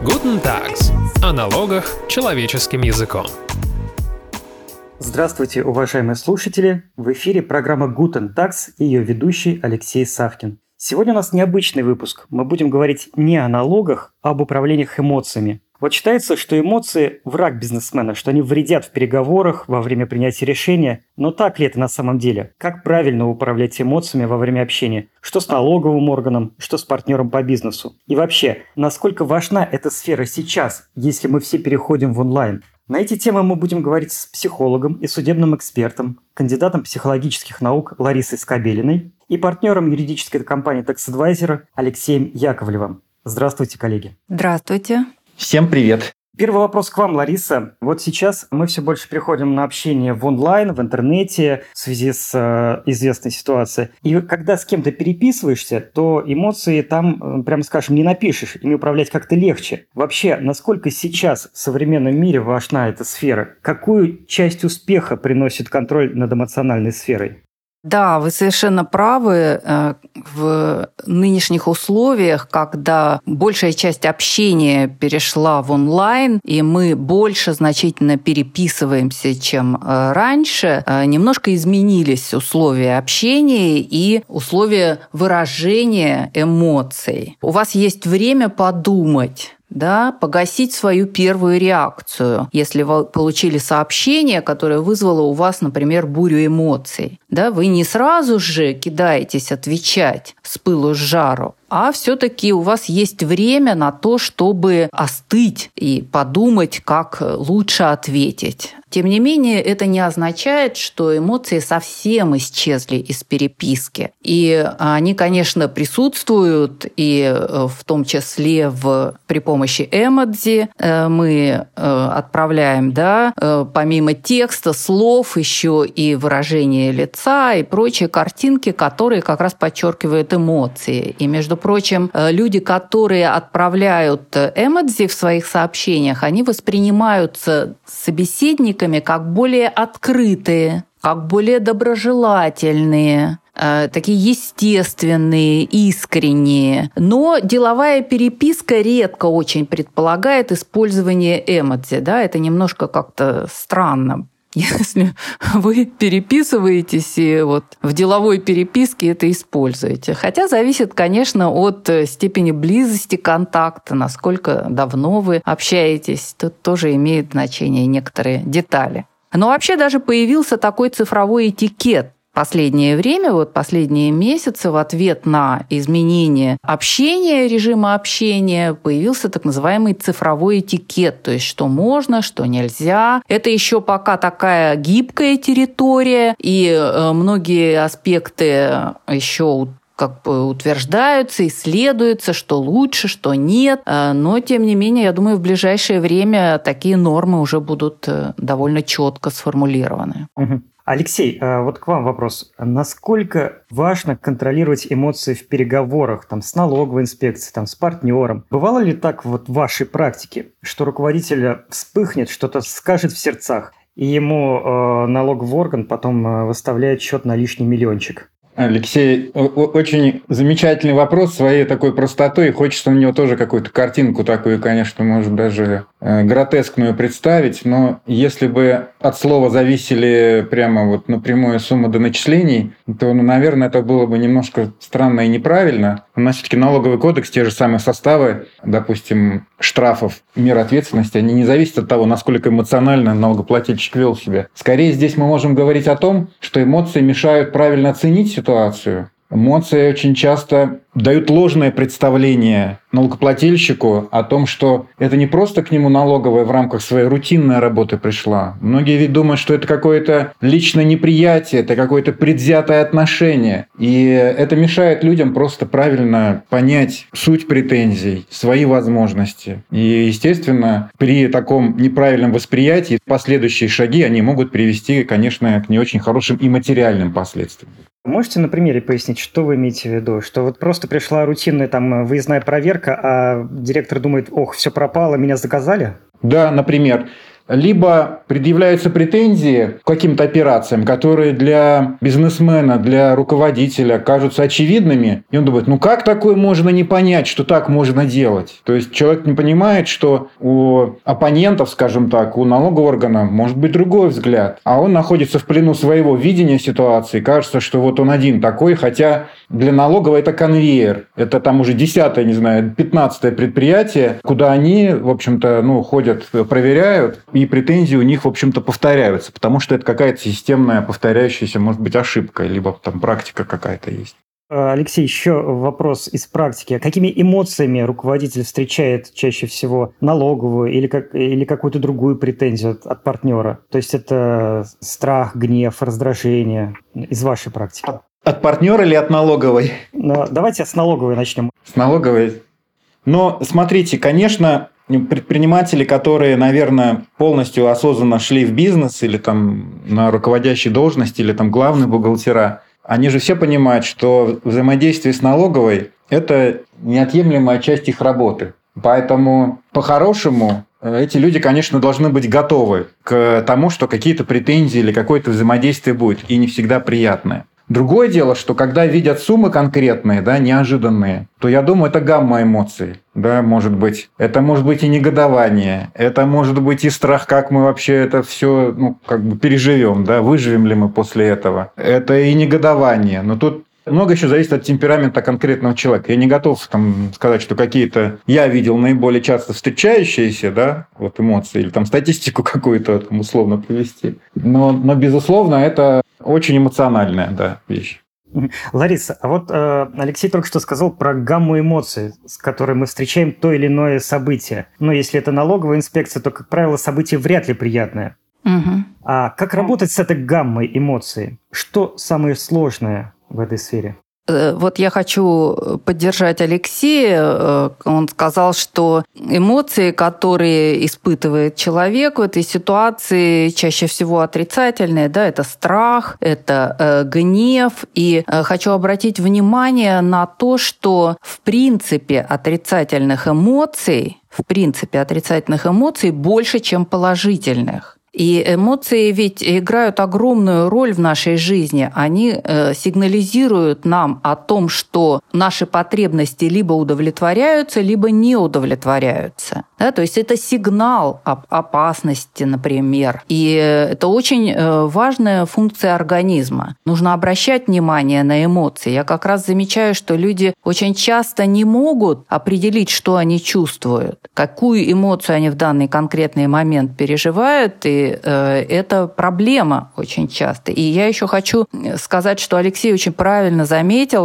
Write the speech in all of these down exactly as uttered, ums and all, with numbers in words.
Guten Tags. О налогах человеческим языком. Здравствуйте, уважаемые слушатели! В эфире программа Guten Tags и ее ведущий Алексей Савкин. Сегодня у нас необычный выпуск. Мы будем говорить не о налогах, а об управлениях эмоциями. Вот считается, что эмоции – враг бизнесмена, что они вредят в переговорах, во время принятия решения. Но так ли это на самом деле? Как правильно управлять эмоциями во время общения? Что с налоговым органом, что с партнером по бизнесу? И вообще, насколько важна эта сфера сейчас, если мы все переходим в онлайн? На эти темы мы будем говорить с психологом и судебным экспертом, кандидатом психологических наук Ларисой Скобелиной и партнером юридической компании Tax Advisor Алексеем Яковлевым. Здравствуйте, коллеги. Здравствуйте. Всем привет. Первый вопрос к вам, Лариса. Вот сейчас мы все больше переходим на общение в онлайн, в интернете в связи с э, известной ситуацией. И когда с кем-то переписываешься, то эмоции там, прямо скажем, не напишешь. Ими управлять как-то легче. Вообще, насколько сейчас в современном мире важна эта сфера? Какую часть успеха приносит контроль над эмоциональной сферой? Да, вы совершенно правы. В нынешних условиях, когда большая часть общения перешла в онлайн, и мы больше значительно переписываемся, чем раньше, немножко изменились условия общения и условия выражения эмоций. У вас есть время подумать, да, погасить свою первую реакцию, если вы получили сообщение, которое вызвало у вас, например, бурю эмоций. Да, вы не сразу же кидаетесь отвечать с пылу с жару, а все-таки у вас есть время на то, чтобы остыть и подумать, как лучше ответить. Тем не менее, это не означает, что эмоции совсем исчезли из переписки. И они, конечно, присутствуют, и в том числе в, при помощи эмодзи мы отправляем, да, помимо текста, слов, еще и выражение лица и прочие картинки, которые как раз подчеркивают эмоции. И, между прочим, люди, которые отправляют эмодзи в своих сообщениях, они воспринимаются собеседниками как более открытые, как более доброжелательные, такие естественные, искренние. Но деловая переписка редко очень предполагает использование эмодзи. Да? Это немножко как-то странно. Если вы переписываетесь и вот в деловой переписке это используете. Хотя зависит, конечно, от степени близости контакта, насколько давно вы общаетесь. Тут тоже имеют значение некоторые детали. Но вообще даже появился такой цифровой этикет. Последнее время, вот последние месяцы, в ответ на изменение общения, режима общения, появился так называемый цифровой этикет, то есть что можно, что нельзя. Это еще пока такая гибкая территория, и многие аспекты еще как бы утверждаются, исследуются, что лучше, что нет. Но, тем не менее, я думаю, в ближайшее время такие нормы уже будут довольно четко сформулированы. Угу. Алексей, вот к вам вопрос. Насколько важно контролировать эмоции в переговорах там, с налоговой инспекцией, там, с партнером? Бывало ли так вот в вашей практике, что руководитель вспыхнет, что-то скажет в сердцах, и ему э, налоговый орган потом э, выставляет счет на лишний миллиончик? Алексей, очень замечательный вопрос своей такой простотой. Хочется на него тоже какую-то картинку такую, конечно, может даже гротескную представить. Но если бы от слова зависели прямо вот напрямую суммы до начислений, то, ну, наверное, это было бы немножко странно и неправильно. У нас все-таки налоговый кодекс, те же самые составы, допустим, штрафов, мер ответственности, они не зависят от того, насколько эмоционально налогоплательщик вел себя. Скорее, здесь мы можем говорить о том, что эмоции мешают правильно оценить ситуацию. Эмоции очень часто дают ложное представление налогоплательщику о том, что это не просто к нему налоговая в рамках своей рутинной работы пришла. Многие ведь думают, что это какое-то личное неприятие, это какое-то предвзятое отношение. И это мешает людям просто правильно понять суть претензий, свои возможности. И, естественно, при таком неправильном восприятии последующие шаги, они могут привести, конечно, к не очень хорошим и материальным последствиям. Можете на примере пояснить, что вы имеете в виду? Что вот просто пришла рутинная там выездная проверка, а директор думает: ох, все пропало, меня заказали? Да, например, либо предъявляются претензии к каким-то операциям, которые для бизнесмена, для руководителя кажутся очевидными, и он думает, ну как такое можно не понять, что так можно делать? То есть человек не понимает, что у оппонентов, скажем так, у налогового органа может быть другой взгляд, а он находится в плену своего видения ситуации, кажется, что вот он один такой, хотя для налогового это конвейер, это там уже десятое, не знаю, пятнадцатое предприятие, куда они, в общем-то, ну, ходят, проверяют, и претензии у них, в общем-то, повторяются, потому что это какая-то системная повторяющаяся, может быть, ошибка, либо там практика какая-то есть. Алексей, еще вопрос из практики. Какими эмоциями руководитель встречает чаще всего налоговую или, как, или какую-то другую претензию от, от партнера? То есть это страх, гнев, раздражение из вашей практики? От, от партнера или от налоговой? Но давайте с налоговой начнем. С налоговой. Но смотрите, конечно, предприниматели, которые, наверное, полностью осознанно шли в бизнес или там на руководящей должности, или там главные бухгалтера, они же все понимают, что взаимодействие с налоговой – это неотъемлемая часть их работы. Поэтому, по-хорошему, эти люди, конечно, должны быть готовы к тому, что какие-то претензии или какое-то взаимодействие будет, и не всегда приятное. Другое дело, что когда видят суммы конкретные, да, неожиданные, то, я думаю, это гамма эмоций. Да, может быть. Это может быть и негодование, это может быть и страх, как мы вообще это все, ну, как бы переживем, да, выживем ли мы после этого. Это и негодование. Но тут много еще зависит от темперамента конкретного человека. Я не готов там сказать, что какие-то я видел наиболее часто встречающиеся, да, вот эмоции, или там статистику какую-то там, условно привести. Но, но, безусловно, это очень эмоциональная, да, вещь. Лариса, а вот э, Алексей только что сказал про гамму эмоций, с которой мы встречаем то или иное событие. Но если это налоговая инспекция, то, как правило, событие вряд ли приятное. Угу. А как работать с этой гаммой эмоций? Что самое сложное в этой сфере? Вот я хочу поддержать Алексея. Он сказал, что эмоции, которые испытывает человек в этой ситуации, чаще всего отрицательные. Да, это страх, это гнев. И хочу обратить внимание на то, что в принципе отрицательных эмоций, в принципе отрицательных эмоций больше, чем положительных. И эмоции ведь играют огромную роль в нашей жизни. Они э, сигнализируют нам о том, что наши потребности либо удовлетворяются, либо не удовлетворяются. Да? То есть это сигнал об опасности, например. И это очень важная функция организма. Нужно обращать внимание на эмоции. Я как раз замечаю, что люди очень часто не могут определить, что они чувствуют, какую эмоцию они в данный конкретный момент переживают, и это проблема очень часто. И я еще хочу сказать, что Алексей очень правильно заметил,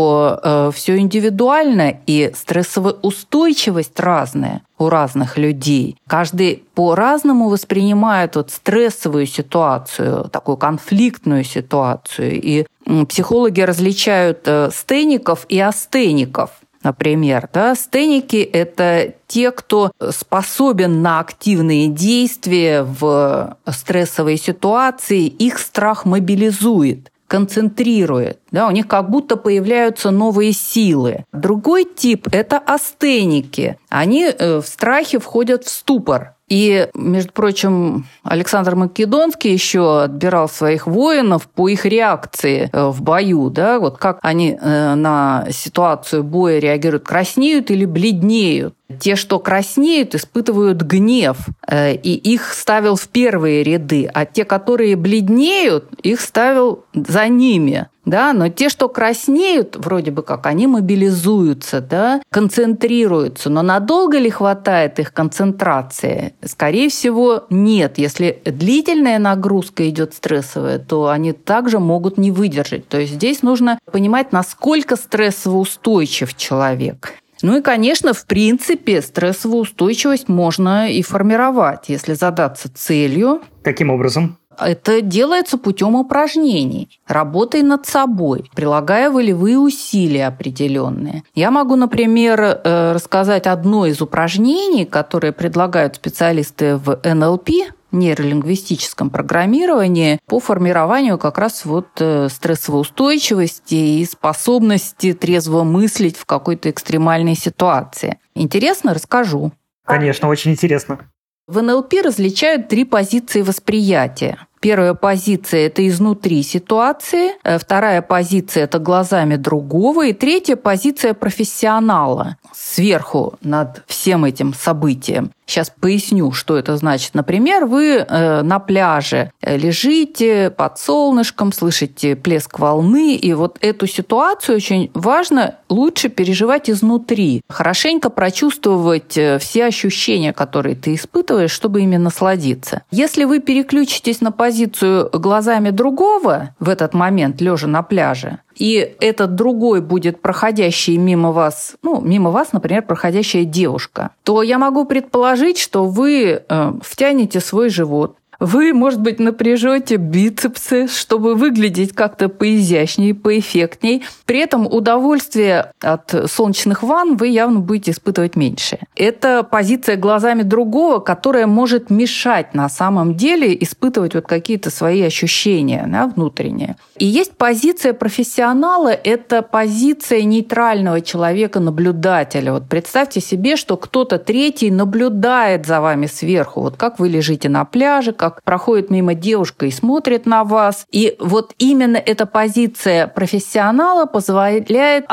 что все индивидуально, и стрессовая устойчивость разная у разных людей. Каждый по-разному воспринимает вот стрессовую ситуацию, такую конфликтную ситуацию. И психологи различают стеников и астеников. Например, да, стеники – это те, кто способен на активные действия в стрессовой ситуации, их страх мобилизует, концентрирует. Да, у них как будто появляются новые силы. Другой тип – это астеники. Они в страхе входят в ступор. И, между прочим, Александр Македонский еще отбирал своих воинов по их реакции в бою, да, вот как они на ситуацию боя реагируют, краснеют или бледнеют. Те, что краснеют, испытывают гнев, и их ставил в первые ряды, а те, которые бледнеют, их ставил за ними. Да, но те, что краснеют, вроде бы как, они мобилизуются, да, концентрируются. Но надолго ли хватает их концентрации? Скорее всего, нет. Если длительная нагрузка идет стрессовая, то они также могут не выдержать. То есть здесь нужно понимать, насколько стрессоустойчив человек. Ну и, конечно, в принципе, стрессовую устойчивость можно и формировать, если задаться целью. Каким образом? Это делается путем упражнений, работой над собой, прилагая волевые усилия определенные. Я могу, например, рассказать одно из упражнений, которые предлагают специалисты в эн эл пи, нейролингвистическом программировании, по формированию как раз вот стрессовой устойчивости и способности трезво мыслить в какой-то экстремальной ситуации. Интересно? Расскажу. Конечно, очень интересно. В эн эл пи различают три позиции восприятия. Первая позиция – это изнутри ситуации, вторая позиция – это глазами другого, и третья позиция – профессионала, сверху над всем этим событием. Сейчас поясню, что это значит. Например, вы э, на пляже лежите под солнышком, слышите плеск волны, и вот эту ситуацию очень важно лучше переживать изнутри, хорошенько прочувствовать все ощущения, которые ты испытываешь, чтобы ими насладиться. Если вы переключитесь на позицию глазами другого в этот момент, лежа на пляже, и этот другой будет проходящий мимо вас, ну, мимо вас, например, проходящая девушка, то я могу предположить, что вы э, втянете свой живот, вы, может быть, напряжете бицепсы, чтобы выглядеть как-то поизящнее, поэффектней. При этом удовольствие от солнечных ванн вы явно будете испытывать меньше. Это позиция глазами другого, которая может мешать на самом деле испытывать вот какие-то свои ощущения, да, внутренние. И есть позиция профессионала, это позиция нейтрального человека-наблюдателя. Вот представьте себе, что кто-то третий наблюдает за вами сверху. Вот как вы лежите на пляже, как проходит мимо девушка и смотрит на вас. И вот именно эта позиция профессионала позволяет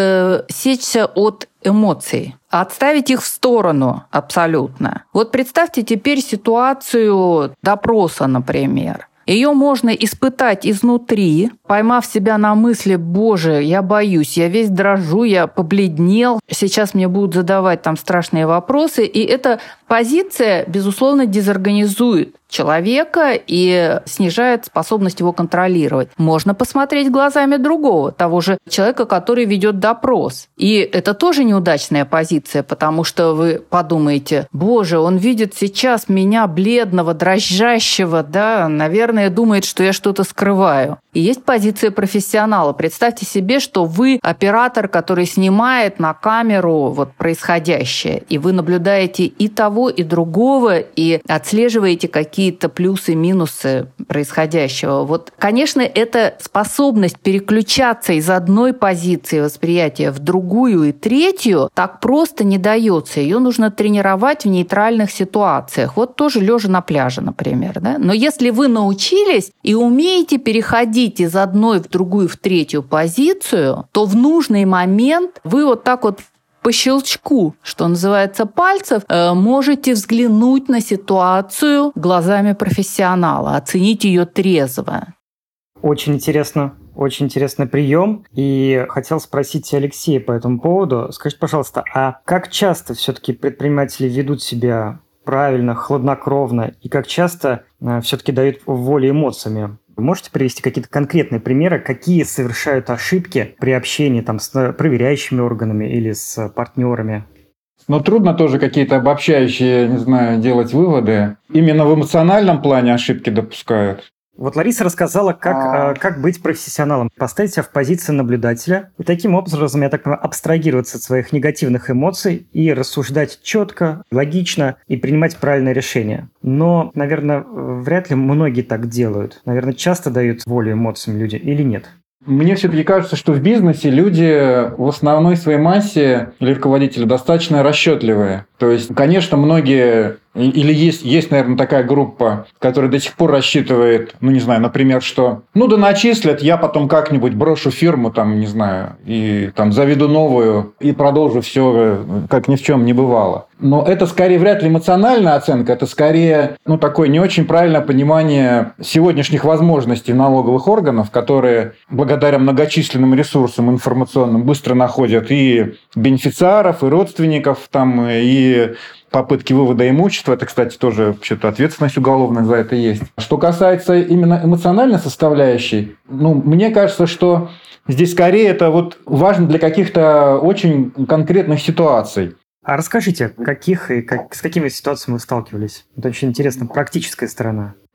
отсечься от эмоций, отставить их в сторону абсолютно. Вот представьте теперь ситуацию допроса, например. Ее можно испытать изнутри, поймав себя на мысли: «Боже, я боюсь, я весь дрожу, я побледнел, сейчас мне будут задавать там страшные вопросы». И эта позиция, безусловно, дезорганизует человека и снижает способность его контролировать. Можно посмотреть глазами другого, того же человека, который ведет допрос. И это тоже неудачная позиция, потому что вы подумаете: «Боже, он видит сейчас меня бледного, дрожащего, да, наверное, думает, что я что-то скрываю». И есть позиция профессионала. Представьте себе, что вы оператор, который снимает на камеру вот происходящее, и вы наблюдаете и того, и другого, и отслеживаете какие-то плюсы, минусы происходящего. Вот, конечно, эта способность переключаться из одной позиции восприятия в другую и третью так просто не дается. Ее нужно тренировать в нейтральных ситуациях. Вот тоже лежа на пляже, например. Да? Но если вы научились и умеете переходить из одной в другую, в третью позицию, то в нужный момент вы вот так вот по щелчку, что называется, пальцев, можете взглянуть на ситуацию глазами профессионала, оценить ее трезво. Очень интересно. Очень интересный прием. И хотел спросить Алексея по этому поводу. Скажите, пожалуйста, а как часто все-таки предприниматели ведут себя правильно, хладнокровно, и как часто все-таки дают волю эмоциями? Вы можете привести какие-то конкретные примеры, какие совершают ошибки при общении там, с проверяющими органами или с партнерами? Но трудно тоже какие-то обобщающие, не знаю, делать выводы. Именно в эмоциональном плане ошибки допускают. Вот Лариса рассказала, как, а... как быть профессионалом. Поставить себя в позицию наблюдателя и таким образом, я так понимаю, абстрагироваться от своих негативных эмоций и рассуждать четко, логично и принимать правильное решение. Но, наверное, вряд ли многие так делают. Наверное, часто дают волю эмоциям люди или нет? Мне все-таки кажется, что в бизнесе люди в основной своей массе или руководители достаточно расчетливые. То есть, конечно, многие, или есть, есть, наверное, такая группа, которая до сих пор рассчитывает, ну, не знаю, например, что, ну, да начислят, я потом как-нибудь брошу фирму, там, не знаю, и там заведу новую, и продолжу все, как ни в чем не бывало. Но это скорее вряд ли эмоциональная оценка, это скорее, ну, такое не очень правильное понимание сегодняшних возможностей налоговых органов, которые благодаря многочисленным ресурсам информационным быстро находят и бенефициаров, и родственников, там, и попытки вывода имущества. Это, кстати, тоже вообще-то ответственность уголовная за это есть. Что касается именно эмоциональной составляющей, ну, мне кажется, что здесь скорее это вот важно для каких-то очень конкретных ситуаций. А расскажите, каких и как, с какими ситуациями вы сталкивались? Это очень интересно, практическая сторона.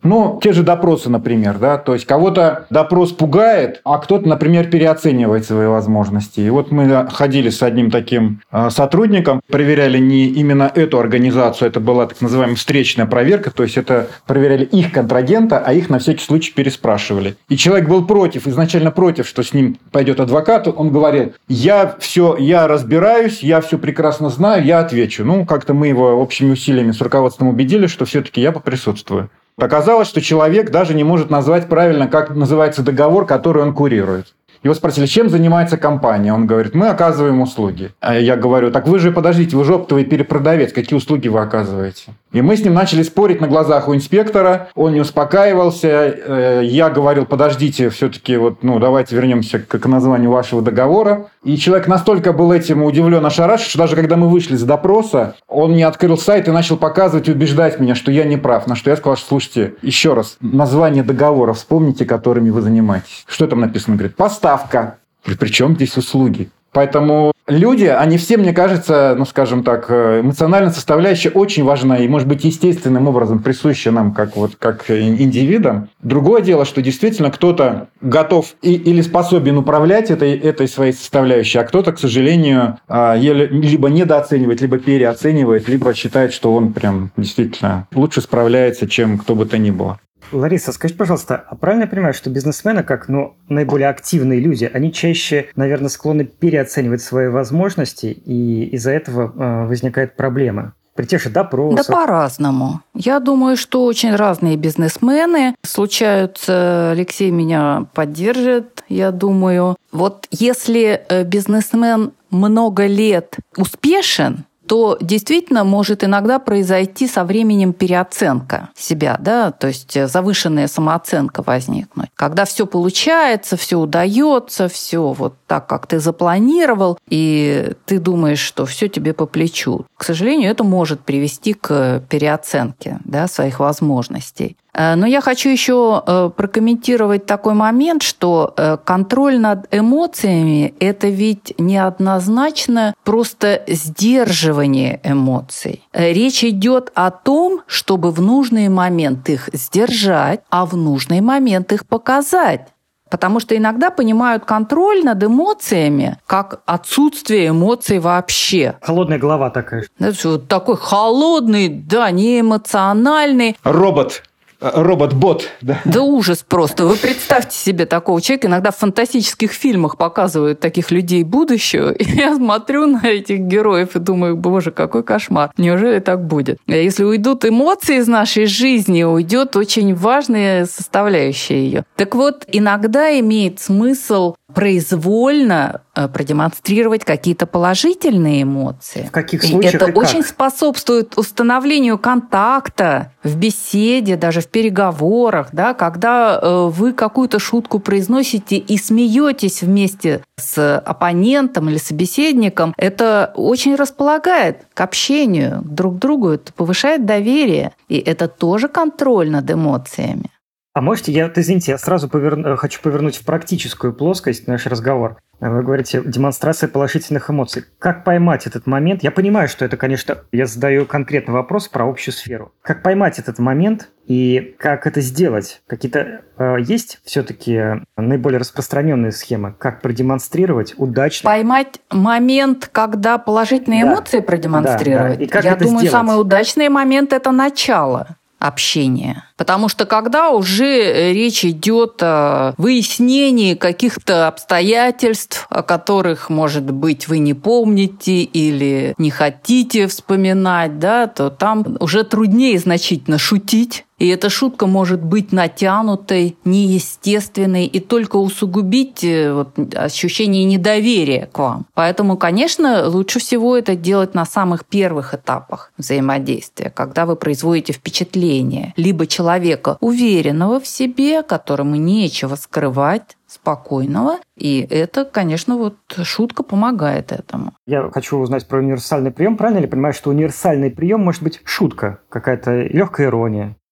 Ну, те же допросы, например, да, то есть кого-то допрос пугает, а кто-то, например, переоценивает свои возможности. И вот мы ходили с одним таким э, сотрудником, проверяли не именно эту организацию, это была так называемая встречная проверка, то есть это проверяли их контрагента, а их на всякий случай переспрашивали. И человек был против, изначально против, что с ним пойдет адвокат, он говорил, я все, я разбираюсь, я все прекрасно знаю, я отвечу. Ну, как-то мы его общими усилиями с руководством убедили, что все-таки я поприсутствую. Оказалось, что человек даже не может назвать правильно, как называется договор, который он курирует. Его спросили, чем занимается компания? Он говорит, мы оказываем услуги. А я говорю, так вы же, подождите, вы же оптовый перепродавец, какие услуги вы оказываете? И мы с ним начали спорить на глазах у инспектора, он не успокаивался. Я говорил, подождите, все-таки вот, ну, давайте вернемся к, к названию вашего договора. И человек настолько был этим удивлен, ошарашен, что даже когда мы вышли с допроса, он мне открыл сайт и начал показывать и убеждать меня, что я не прав. На что я сказал, что, слушайте, еще раз, название договора вспомните, которыми вы занимаетесь. Что там написано? Говорит, поставка. При чем здесь услуги? Поэтому люди, они все, мне кажется, ну, скажем так, эмоциональная составляющая очень важна и, может быть, естественным образом присуща нам, как, вот, как индивидам. Другое дело, что действительно кто-то готов и, или способен управлять этой, этой своей составляющей, а кто-то, к сожалению, либо недооценивает, либо переоценивает, либо считает, что он прям действительно лучше справляется, чем кто бы то ни было. Лариса, скажите, пожалуйста, а правильно я понимаю, что бизнесмены, как ну, наиболее активные люди, они чаще, наверное, склонны переоценивать свои возможности, и из-за этого э, возникает проблема? При тех же допросах. Да по-разному. Я думаю, что очень разные бизнесмены случаются. Алексей меня поддержит, я думаю. Вот если бизнесмен много лет успешен, то действительно может иногда произойти со временем переоценка себя, да, то есть завышенная самооценка возникнуть. Когда все получается, все удается, все вот так, как ты запланировал, и ты думаешь, что все тебе по плечу. К сожалению, это может привести к переоценке, да, своих возможностей. Но я хочу еще прокомментировать такой момент, что контроль над эмоциями – это ведь неоднозначно просто сдерживание эмоций. Речь идет о том, чтобы в нужный момент их сдержать, а в нужный момент их показать. Потому что иногда понимают контроль над эмоциями как отсутствие эмоций вообще. Холодная голова такая. Вот такой холодный, да, неэмоциональный. Робот. Робот-бот, да. Да ужас просто. Вы представьте себе такого человека. Иногда в фантастических фильмах показывают таких людей будущего. И я смотрю на этих героев и думаю, боже, какой кошмар. Неужели так будет? Если уйдут эмоции из нашей жизни, уйдет очень важная составляющая ее. Так вот, иногда имеет смысл произвольно продемонстрировать какие-то положительные эмоции. В каких случаях это и как? очень способствует установлению контакта в беседе, даже в переговорах, да, когда вы какую-то шутку произносите и смеетесь вместе с оппонентом или собеседником, это очень располагает к общению друг к другу, это повышает доверие, и это тоже контроль над эмоциями. А можете, я, извините, я сразу повер... хочу повернуть в практическую плоскость наш разговор. Вы говорите, демонстрация положительных эмоций. Как поймать этот момент? Я понимаю, что это, конечно, я задаю конкретный вопрос про общую сферу. Как поймать этот момент и как это сделать? Какие-то э, есть все-таки наиболее распространенные схемы? Как продемонстрировать удачно? Поймать момент, когда положительные да. эмоции продемонстрировать? Да, да. И как я это думаю, сделать? самый удачный момент – это начало общения. Потому что когда уже речь идет о выяснении каких-то обстоятельств, о которых, может быть, вы не помните или не хотите вспоминать, да, то там уже труднее значительно шутить. И эта шутка может быть натянутой, неестественной и только усугубить вот, ощущение недоверия к вам. Поэтому, конечно, лучше всего это делать на самых первых этапах взаимодействия, когда вы производите впечатление либо человека уверенного в себе, которому нечего скрывать, спокойного. И это, конечно, вот шутка помогает этому. Я хочу узнать про универсальный прием. Правильно ли понимаю, что универсальный прием может быть шутка, какая-то легкая ирония?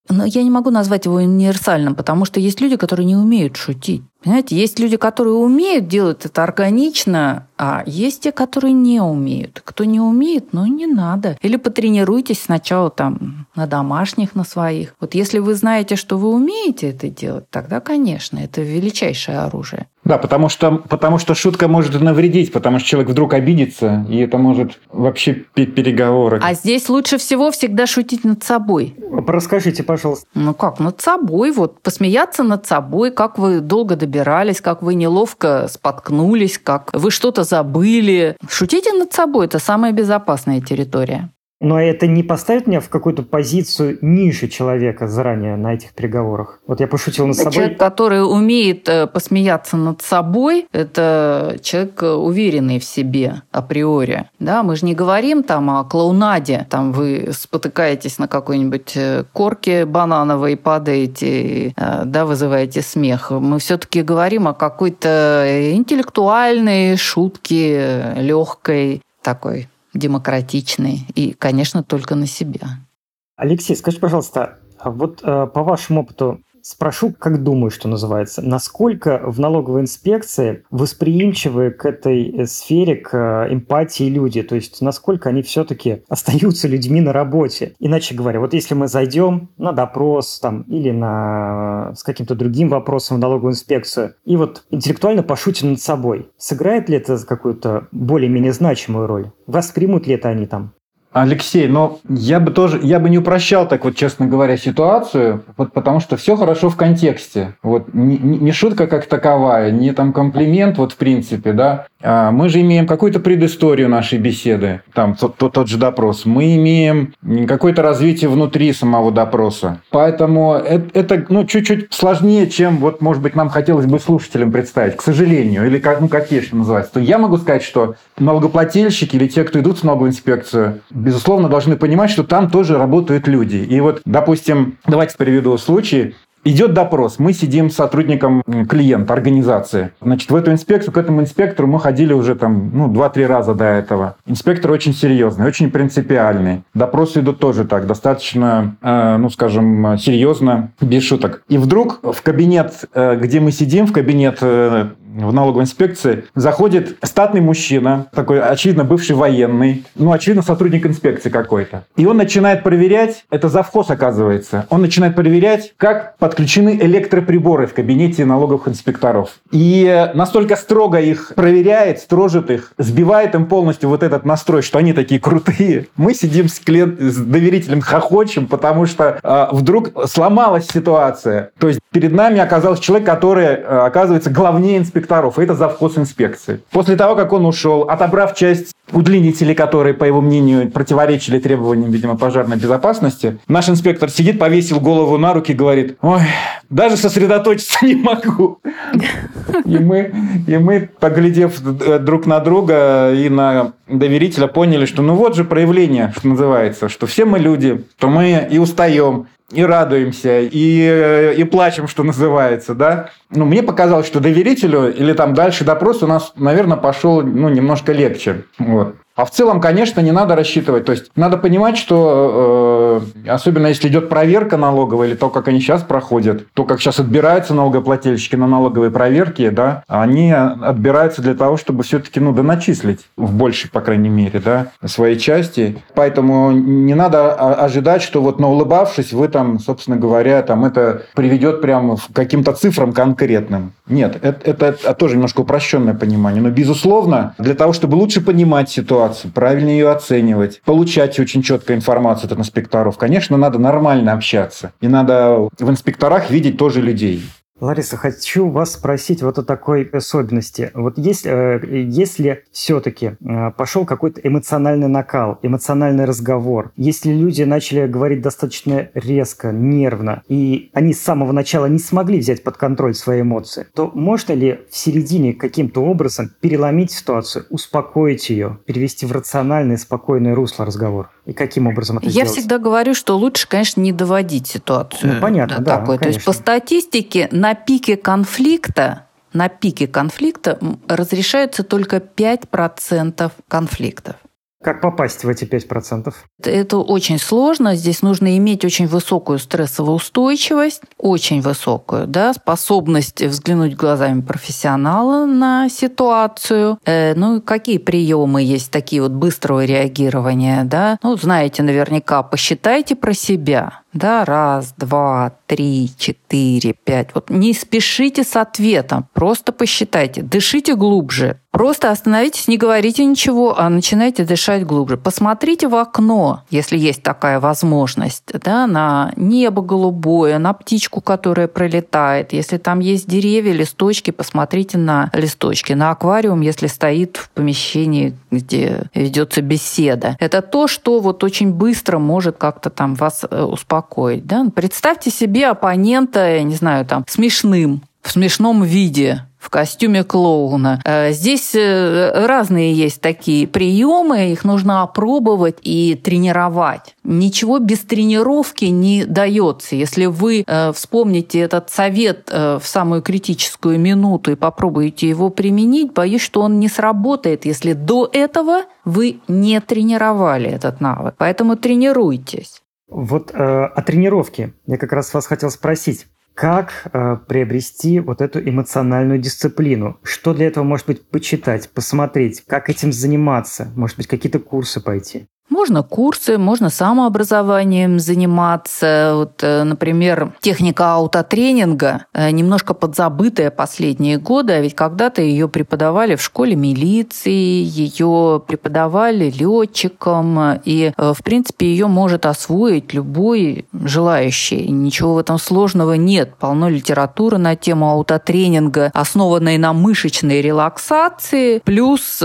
Но я не могу назвать его универсальным, потому что есть люди, которые не умеют шутить. Понимаете, есть люди, которые умеют делать это органично, а есть те, которые не умеют. Кто не умеет, ну не надо. Или потренируйтесь сначала там на домашних, на своих. Вот если вы знаете, что вы умеете это делать, тогда, конечно, это величайшее оружие. Да, потому что, потому что шутка может навредить, потому что человек вдруг обидится, и это может вообще переговоры. А здесь лучше всего всегда шутить над собой. Расскажите, пожалуйста. Ну как, над собой, вот, посмеяться над собой, как вы долго добирались, как вы неловко споткнулись, как вы что-то забыли. Шутите над собой, это самая безопасная территория. Но это не поставит меня в какую-то позицию ниже человека заранее на этих переговорах? Вот я пошутил над собой. Человек, который умеет посмеяться над собой, это человек уверенный в себе априори. Да, мы же не говорим там о клоунаде. Там вы спотыкаетесь на какой-нибудь корке банановой, падаете, да, вызываете смех. Мы все-таки говорим о какой-то интеллектуальной шутке, легкой такой, демократичный и, конечно, только на себя. Алексей, скажи, пожалуйста, вот э, по вашему опыту спрошу, как думаю, что называется, насколько в налоговой инспекции восприимчивы к этой сфере, к эмпатии люди, то есть насколько они все-таки остаются людьми на работе. Иначе говоря, вот если мы зайдем на допрос там, или на, с каким-то другим вопросом в налоговую инспекцию и вот интеллектуально пошутим над собой, сыграет ли это какую-то более-менее значимую роль? Воспримут ли это они там? Алексей, но я бы тоже, я бы не упрощал так вот, честно говоря, ситуацию, вот потому что все хорошо в контексте. Вот не, не шутка как таковая, не там комплимент, вот в принципе, да. А мы же имеем какую-то предысторию нашей беседы, там тот, тот, тот же допрос. Мы имеем какое-то развитие внутри самого допроса. Поэтому это, это ну, чуть-чуть сложнее, чем вот, может быть, нам хотелось бы слушателям представить, к сожалению, или как, ну, как есть, что называется. То я могу сказать, что налогоплательщики или те, кто идут в налоговую инспекцию, безусловно, должны понимать, что там тоже работают люди. И вот, допустим, давайте приведу случай. Идет допрос, мы сидим с сотрудником клиента, организации. Значит, в эту инспекцию, к этому инспектору мы ходили уже там, ну, два-три раза до этого. Инспектор очень серьезный, очень принципиальный. Допросы идут тоже так, достаточно, э, ну, скажем, серьезно, без шуток. И вдруг в кабинет, э, где мы сидим, в кабинет э, в налоговой инспекции, заходит статный мужчина, такой, очевидно, бывший военный, ну, очевидно, сотрудник инспекции какой-то. И он начинает проверять, это завхоз, оказывается, он начинает проверять, как подключены электроприборы в кабинете налоговых инспекторов. И настолько строго их проверяет, строжит их, сбивает им полностью вот этот настрой, что они такие крутые. Мы сидим с, клиент, с доверителем, хохочем, потому что э, вдруг сломалась ситуация. То есть перед нами оказался человек, который, э, оказывается, главнее инспекторов. И это завхоз инспекции. После того, как он ушел, отобрав часть удлинителей, которые, по его мнению, противоречили требованиям, видимо, пожарной безопасности, наш инспектор сидит, повесил голову на руки и говорит: ой, даже сосредоточиться не могу. И мы, и мы, поглядев друг на друга и на доверителя, поняли, что ну вот же проявление, что называется, что все мы люди, что мы и устаем, и радуемся, и, и плачем, что называется, да. Ну, мне показалось, что доверителю или там дальше допрос у нас, наверное, пошел, ну, немножко легче. Вот. А в целом, конечно, не надо рассчитывать. То есть надо понимать, что э, особенно если идет проверка налоговая, или то, как они сейчас проходят, то, как сейчас отбираются налогоплательщики на налоговые проверки, да, они отбираются для того, чтобы все-таки, ну, доначислить в большей, по крайней мере, да, своей части. Поэтому не надо ожидать, что вот наулыбавшись, вы там, собственно говоря, там это приведет прямо к каким-то цифрам конкретным. Нет, это, это, это тоже немножко упрощенное понимание. Но, безусловно, для того, чтобы лучше понимать ситуацию, правильно ее оценивать, получать очень четкую информацию от инспекторов, конечно, надо нормально общаться. И надо в инспекторах видеть тоже людей. Лариса, хочу вас спросить вот о такой особенности. Вот если, если все-таки пошел какой-то эмоциональный накал, эмоциональный разговор, если люди начали говорить достаточно резко, нервно, и они с самого начала не смогли взять под контроль свои эмоции, то можно ли в середине каким-то образом переломить ситуацию, успокоить ее, перевести в рациональное, спокойное русло разговор? И каким образом это Я сделать? Я всегда говорю, что лучше, конечно, не доводить ситуацию. Ну, понятно, да, такой. конечно. То есть по статистике на пике конфликта, на пике конфликта разрешается только пять процентов конфликтов. Как попасть в эти пять процентов? Это очень сложно. Здесь нужно иметь очень высокую стрессовую устойчивость, очень высокую, да, способность взглянуть глазами профессионала на ситуацию. Э, ну, какие приемы есть такие вот быстрого реагирования, да? Ну, знаете наверняка, посчитайте про себя. Да, раз, два, три, четыре, пять. Вот не спешите с ответом, просто посчитайте. Дышите глубже. Просто остановитесь, не говорите ничего, а начинайте дышать глубже. Посмотрите в окно, если есть такая возможность, да, на небо голубое, на птичку, которая пролетает. Если там есть деревья, листочки, посмотрите на листочки. На аквариум, если стоит в помещении, где ведется беседа. Это то, что вот очень быстро может как-то там вас успокоить. Да? Представьте себе оппонента, я не знаю, там, смешным, в смешном виде, в костюме клоуна. Здесь разные есть такие приемы, их нужно опробовать и тренировать. Ничего без тренировки не дается. Если вы вспомните этот совет в самую критическую минуту и попробуете его применить, боюсь, что он не сработает, если до этого вы не тренировали этот навык. Поэтому тренируйтесь. Вот э, о тренировке я как раз вас хотел спросить. Как э, приобрести вот эту эмоциональную дисциплину? Что для этого, может быть, почитать, посмотреть? Как этим заниматься? Может быть, какие-то курсы пойти? Можно курсы, можно самообразованием заниматься. Вот, например, техника аутотренинга, немножко подзабытая последние годы, а ведь когда-то ее преподавали в школе милиции, ее преподавали летчикам, и, в принципе, ее может освоить любой желающий. Ничего в этом сложного нет. Полно литературы на тему аутотренинга, основанной на мышечной релаксации, плюс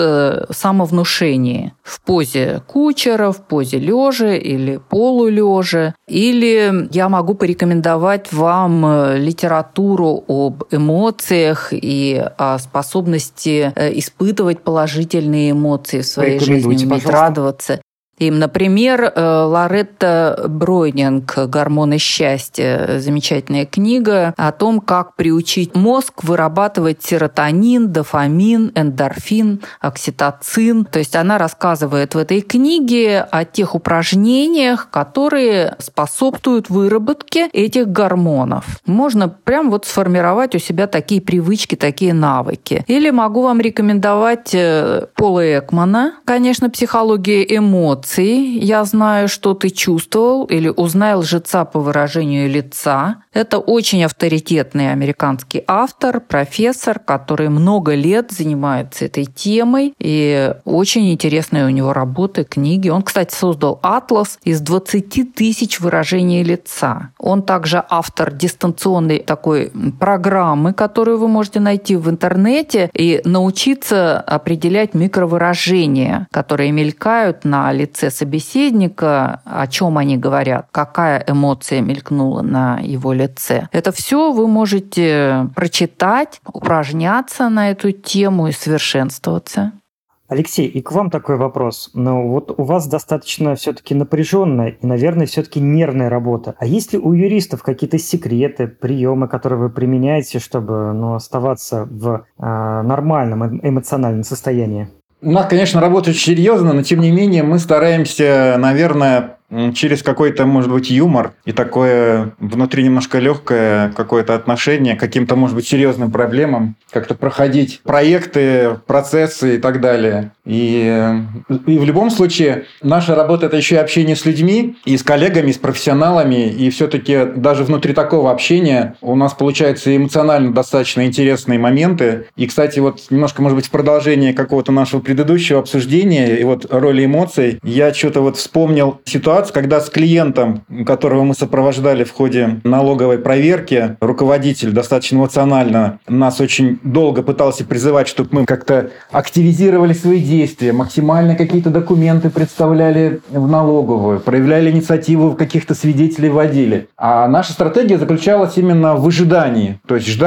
самовнушении в позе кучера, в позе лежа или полулежа. Или я могу порекомендовать вам литературу об эмоциях и о способности испытывать положительные эмоции в своей жизни, уметь пожалуйста. Радоваться им. Например, Лоретта Бройнинг «Гормоны счастья», замечательная книга о том, как приучить мозг вырабатывать серотонин, дофамин, эндорфин, окситоцин. То есть она рассказывает в этой книге о тех упражнениях, которые способствуют выработке этих гормонов. Можно прям вот сформировать у себя такие привычки, такие навыки. Или могу вам рекомендовать Пола Экмана, конечно, «Психология эмоций». Я знаю, что ты чувствовал, или «Узнай лжеца по выражению лица». Это очень авторитетный американский автор, профессор, который много лет занимается этой темой, и очень интересные у него работы, книги. Он, кстати, создал атлас из двадцати тысяч выражений лица. Он также автор дистанционной такой программы, которую вы можете найти в интернете, и научиться определять микровыражения, которые мелькают на лице собеседника, о чем они говорят, какая эмоция мелькнула на его лице. Это все вы можете прочитать, упражняться на эту тему и совершенствоваться. Алексей, и к вам такой вопрос. Ну, вот у вас достаточно все-таки напряженная и, наверное, все-таки нервная работа. А есть ли у юристов какие-то секреты, приемы, которые вы применяете, чтобы ну, оставаться в э, нормальном эмоциональном состоянии? У нас, конечно, работа очень серьезно, но, тем не менее, мы стараемся, наверное, через какой-то, может быть, юмор и такое внутри немножко легкое какое-то отношение к каким-то, может быть, серьезным проблемам, как-то проходить проекты, процессы и так далее. И, и в любом случае наша работа – это еще и общение с людьми, и с коллегами, и с профессионалами, и все-таки даже внутри такого общения у нас получаются эмоционально достаточно интересные моменты. И, кстати, вот немножко, может быть, в продолжение какого-то нашего предыдущего обсуждения и вот роли эмоций, я что-то вот вспомнил ситуацию, когда с клиентом, которого мы сопровождали в ходе налоговой проверки, руководитель достаточно эмоционально нас очень долго пытался призывать, чтобы мы как-то активизировали свои действия, максимально какие-то документы представляли в налоговую, проявляли инициативу, каких-то свидетелей вводили. А наша стратегия заключалась именно в ожидании, то есть ждать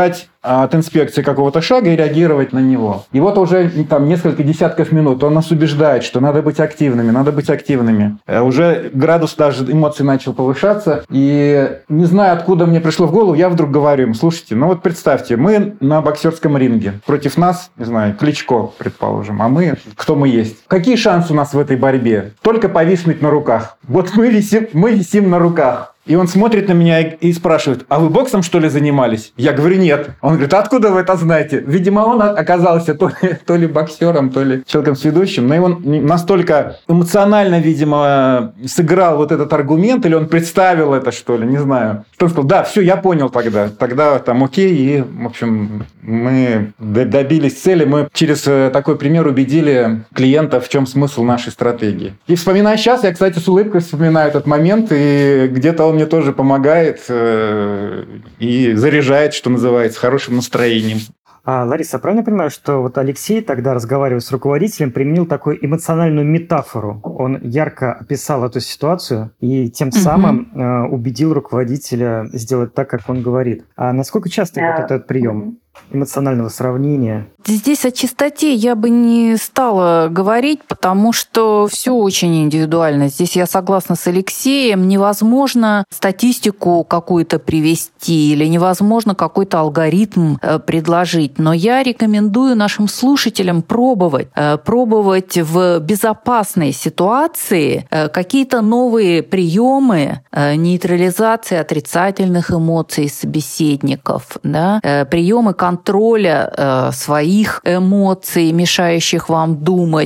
от инспекции какого-то шага и реагировать на него. И вот уже там несколько десятков минут он нас убеждает, что надо быть активными, надо быть активными. Уже градус даже эмоций начал повышаться. И не знаю, откуда мне пришло в голову, я вдруг говорю им: слушайте, ну вот представьте, мы на боксерском ринге. Против нас, не знаю, Кличко, предположим. А мы, кто мы есть? Какие шансы у нас в этой борьбе? Только повиснуть на руках. Вот мы висим, мы висим на руках. И он смотрит на меня и спрашивает: а вы боксом, что ли, занимались? Я говорю: нет. Он говорит: откуда вы это знаете? Видимо, он оказался то ли, то ли боксером, то ли человеком сведущим. Но и он настолько эмоционально, видимо, сыграл вот этот аргумент, или он представил это, что ли, не знаю. Что он сказал: да, все, я понял тогда. Тогда там окей. И, в общем, мы добились цели. Мы через такой пример убедили клиента, в чем смысл нашей стратегии. И вспоминая сейчас, я, кстати, с улыбкой вспоминаю этот момент, и где-то он мне тоже помогает э, и заряжает, что называется, хорошим настроением. А, Лариса, правильно я понимаю, что вот Алексей, тогда разговаривая с руководителем, применил такую эмоциональную метафору? Он ярко описал эту ситуацию и тем угу. самым э, убедил руководителя сделать так, как он говорит. А насколько часто да. вот этот прием эмоционального сравнения? Здесь о чистоте я бы не стала говорить, потому что все очень индивидуально. Здесь я согласна с Алексеем. Невозможно статистику какую-то привести или невозможно какой-то алгоритм предложить. Но я рекомендую нашим слушателям пробовать. Пробовать в безопасной ситуации какие-то новые приемы нейтрализации отрицательных эмоций собеседников, да? Приемы контроля своих эмоций, мешающих вам думать.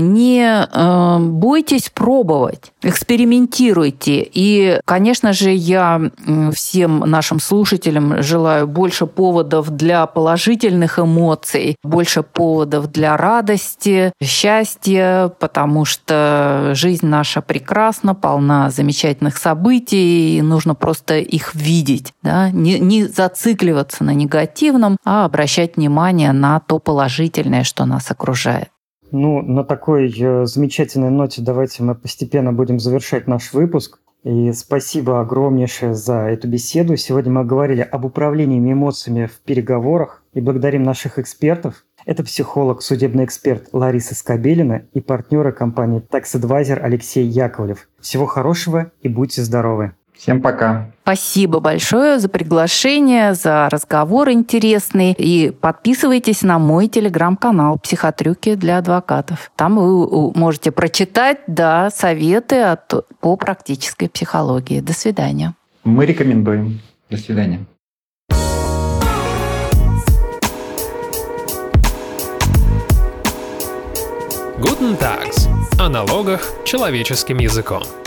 Не бойтесь пробовать, экспериментируйте. И, конечно же, я всем нашим слушателям желаю больше поводов для положительных эмоций, больше поводов для радости, счастья, потому что жизнь наша прекрасна, полна замечательных событий, и нужно просто их видеть, да? не, не зацикливаться на негативном, а обращать внимание на то положительное, что нас окружает. Ну, на такой замечательной ноте давайте мы постепенно будем завершать наш выпуск. И спасибо огромнейшее за эту беседу. Сегодня мы говорили об управлении эмоциями в переговорах и благодарим наших экспертов. Это психолог, судебный эксперт Лариса Скобелина и партнеры компании Tax Advisor Алексей Яковлев. Всего хорошего и будьте здоровы. Всем пока. Спасибо большое за приглашение, за разговор интересный. И подписывайтесь на мой телеграм-канал «Психотрюки для адвокатов». Там вы можете прочитать, да, советы от, по практической психологии. До свидания. Мы рекомендуем. До свидания. Guten Tags. О налогах человеческим языком.